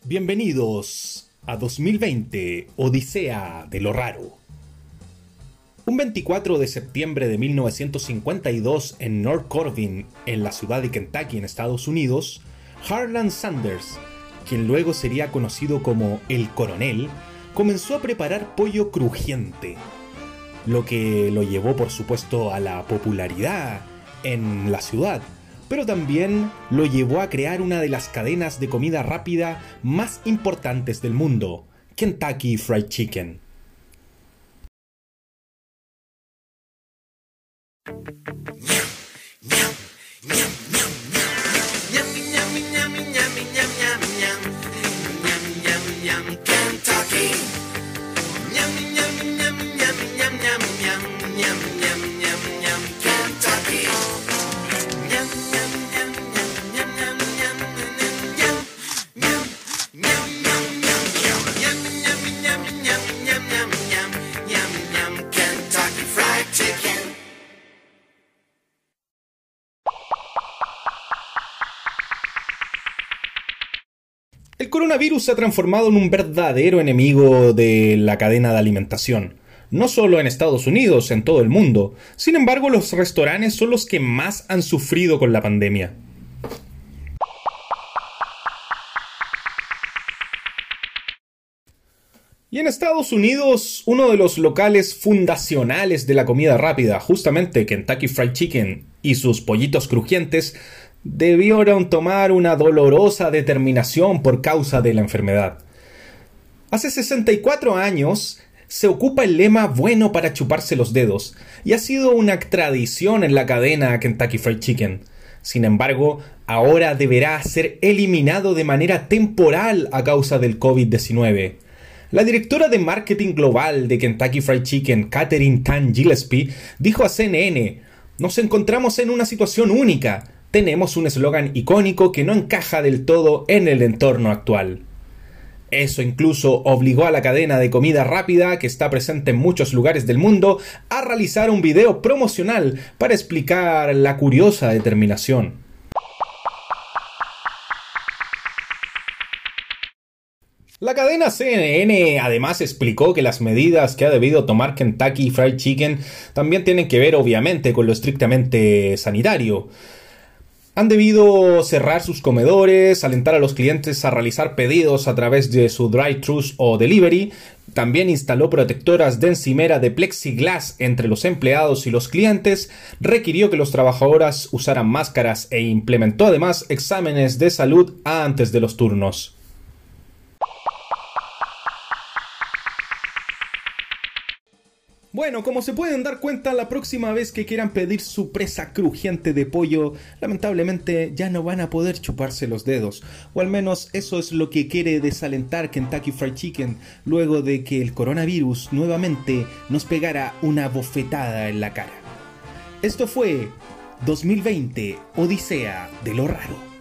Bienvenidos a 2020, Odisea de lo Raro. Un 24 de septiembre de 1952 en North Corvin, en la ciudad de Kentucky, en Estados Unidos, Harlan Sanders, quien luego sería conocido como el Coronel, comenzó a preparar pollo crujiente, lo que lo llevó por supuesto a la popularidad en la ciudad, pero también lo llevó a crear una de las cadenas de comida rápida más importantes del mundo, Kentucky Fried Chicken. El coronavirus se ha transformado en un verdadero enemigo de la cadena de alimentación, no solo en Estados Unidos, en todo el mundo. Sin embargo, los restaurantes son los que más han sufrido con la pandemia. Y en Estados Unidos, uno de los locales fundacionales de la comida rápida, justamente Kentucky Fried Chicken y sus pollitos crujientes, debieron tomar una dolorosa determinación por causa de la enfermedad. Hace 64 años se ocupa el lema bueno para chuparse los dedos, y ha sido una tradición en la cadena Kentucky Fried Chicken. Sin embargo, ahora deberá ser eliminado de manera temporal a causa del COVID-19. La directora de marketing global de Kentucky Fried Chicken, Katherine Tan Gillespie, dijo a CNN: "Nos encontramos en una situación única. Tenemos un eslogan icónico que no encaja del todo en el entorno actual". Eso incluso obligó a la cadena de comida rápida, que está presente en muchos lugares del mundo, a realizar un video promocional para explicar la curiosa determinación. La cadena CNN además explicó que las medidas que ha debido tomar Kentucky Fried Chicken también tienen que ver obviamente con lo estrictamente sanitario. Han debido cerrar sus comedores, alentar a los clientes a realizar pedidos a través de su drive-thrus o delivery. También instaló protectoras de encimera de plexiglas entre los empleados y los clientes, requirió que los trabajadores usaran máscaras e implementó además exámenes de salud antes de los turnos. Bueno, como se pueden dar cuenta, la próxima vez que quieran pedir su presa crujiente de pollo, lamentablemente ya no van a poder chuparse los dedos. O al menos eso es lo que quiere desalentar Kentucky Fried Chicken, luego de que el coronavirus nuevamente nos pegara una bofetada en la cara. Esto fue 2020, Odisea de lo Raro.